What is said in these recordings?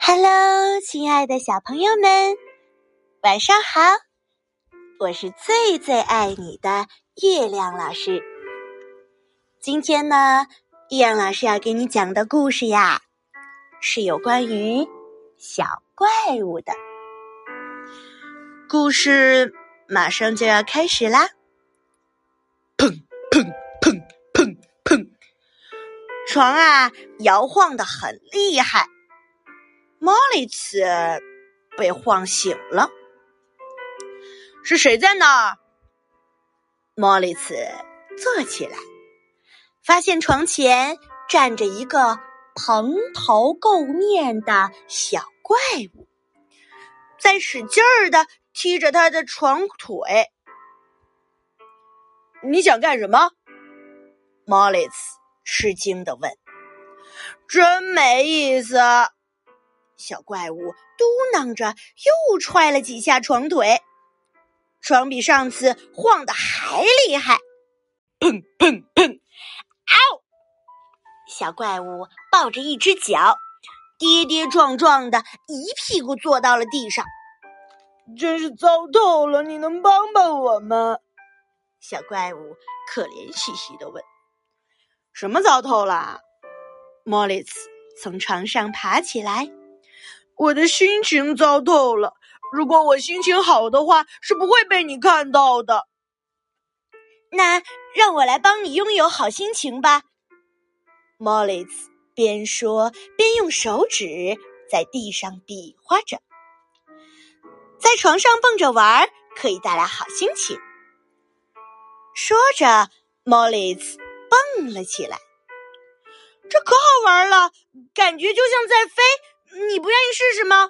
Hello， 亲爱的小朋友们，晚上好！我是最最爱你的月亮老师。今天呢，月亮老师要给你讲的故事呀，是有关于小怪物的。故事马上就要开始啦！砰砰砰砰砰，床啊摇晃得很厉害。莫里茨被晃醒了。是谁在那儿？莫里茨坐起来，发现床前站着一个蓬头垢面的小怪物，在使劲儿地踢着他的床腿。你想干什么？莫里茨吃惊地问。真没意思。小怪物嘟囔着，又踹了几下床腿，床比上次晃得还厉害。砰砰砰！嗷！小怪物抱着一只脚，跌跌撞撞的一屁股坐到了地上。真是糟透了，你能帮帮我吗？小怪物可怜兮兮地问。什么糟透了？莫里茨从床上爬起来。我的心情糟透了，如果我心情好的话，是不会被你看到的。那让我来帮你拥有好心情吧。莫里茨边说边用手指在地上比划着。在床上蹦着玩，可以带来好心情。说着，莫里茨蹦了起来。这可好玩了，感觉就像在飞。你不愿意试试吗？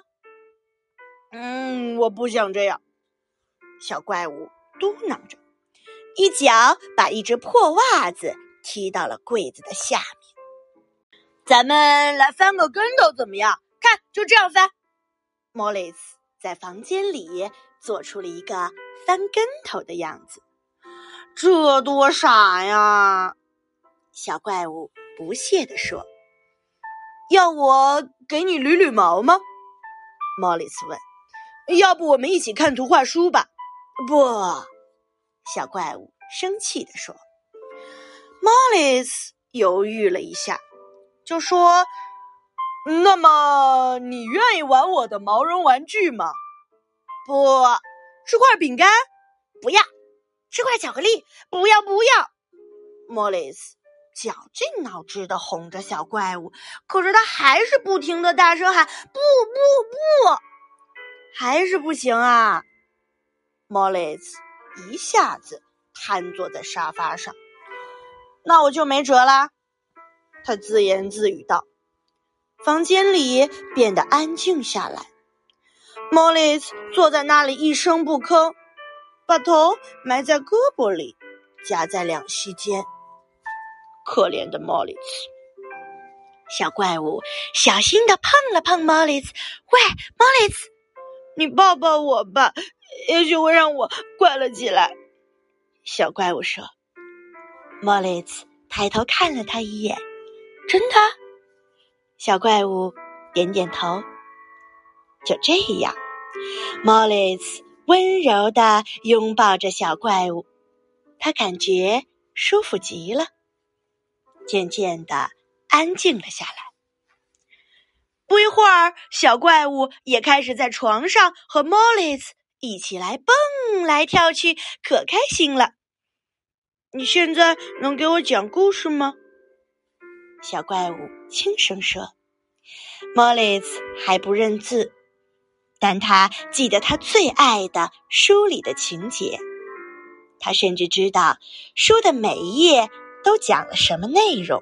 我不想这样。小怪物嘟囔着，一脚把一只破袜子踢到了柜子的下面。咱们来翻个跟头怎么样？看，就这样翻。莫里茨在房间里做出了一个翻跟头的样子。这多傻呀！小怪物不屑地说。要我给你捋捋毛吗？莫里茨问。要不我们一起看图画书吧？不，小怪物生气地说。莫里茨犹豫了一下，就说，那么你愿意玩我的毛绒玩具吗？不。吃块饼干？不要。吃块巧克力？不要不要。莫里茨绞尽脑汁地哄着小怪物，可是他还是不停地大声喊，不不不，还是不行啊。莫里茨一下子瘫坐在沙发上。那我就没辙啦，他自言自语道。房间里变得安静下来。莫里茨坐在那里一声不吭，把头埋在胳膊里，夹在两膝间。可怜的莫里茨。小怪物小心地碰了碰莫里茨。喂，莫里茨，你抱抱我吧，也许会让我快乐起来。小怪物说。莫里茨抬头看了他一眼。真的？小怪物点点头。就这样，莫里茨温柔地拥抱着小怪物，他感觉舒服极了。渐渐地安静了下来。不一会儿，小怪物也开始在床上和莫里茨一起来蹦来跳去，可开心了。你现在能给我讲故事吗？小怪物轻声说。莫里茨还不认字，但他记得他最爱的书里的情节。他甚至知道书的每一页都讲了什么内容。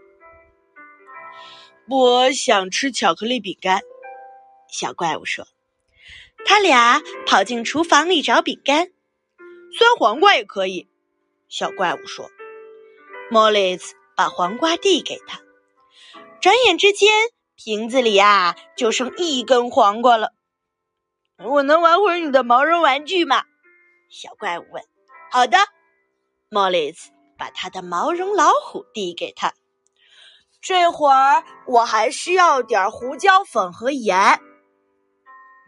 我想吃巧克力饼干，小怪物说。他俩跑进厨房里找饼干。酸黄瓜也可以，小怪物说。莫里茨把黄瓜递给他。转眼之间，瓶子里就剩一根黄瓜了。我能玩会儿你的毛绒玩具吗？小怪物问。好的。莫里茨把他的毛绒老虎递给他。这会儿我还需要点胡椒粉和盐，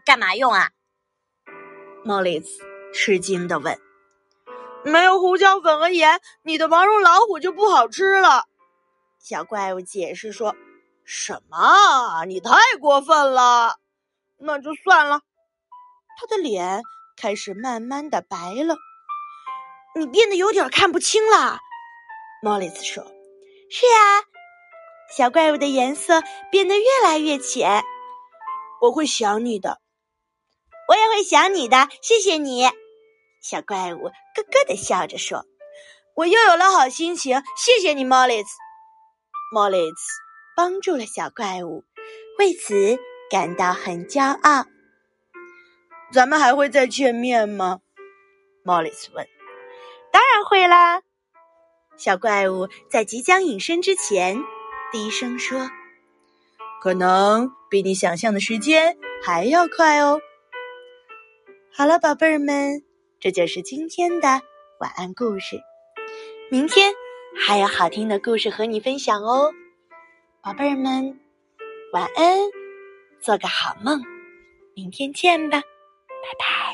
干嘛用啊？莫里斯吃惊地问。没有胡椒粉和盐，你的毛绒老虎就不好吃了。小怪物解释说。什么？你太过分了。那就算了。他的脸开始慢慢的白了。你变得有点看不清了，莫里斯说。是啊，小怪物的颜色变得越来越浅。我会想你的。我也会想你的，谢谢你。小怪物咯咯地笑着说。我又有了好心情，谢谢你，莫里斯。莫里斯帮助了小怪物，为此感到很骄傲。咱们还会再见面吗？莫里斯问。当然会啦。小怪物在即将隐身之前低声说。可能比你想象的时间还要快哦。好了，宝贝儿们，这就是今天的晚安故事。明天还有好听的故事和你分享哦。宝贝儿们，晚安，做个好梦，明天见吧，拜拜。